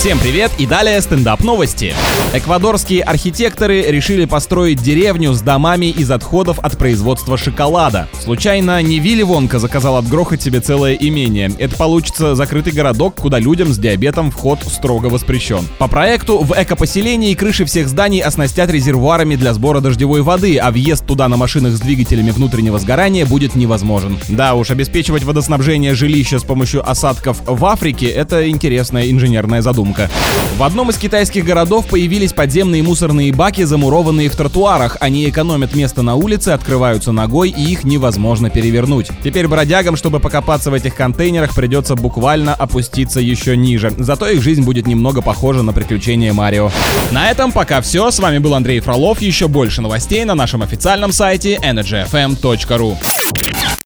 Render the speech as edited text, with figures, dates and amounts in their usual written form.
Всем привет и далее стендап-новости. Эквадорские архитекторы решили построить деревню с домами из отходов от производства шоколада. Случайно не Вилли Вонка заказал отгрохать себе целое имение. Это получится закрытый городок, куда людям с диабетом вход строго воспрещен. По проекту в экопоселении крыши всех зданий оснастят резервуарами для сбора дождевой воды, а въезд туда на машинах с двигателями внутреннего сгорания будет невозможен. Да уж, обеспечивать водоснабжение жилища с помощью осадков в Африке — это интересная инженерная задумка. В одном из китайских городов появились подземные мусорные баки, замурованные в тротуарах. Они экономят место на улице, открываются ногой, и их невозможно перевернуть. Теперь бродягам, чтобы покопаться в этих контейнерах, придется буквально опуститься еще ниже. Зато их жизнь будет немного похожа на приключения Марио. На этом пока все. С вами был Андрей Фролов. Еще больше новостей на нашем официальном сайте energyfm.ru.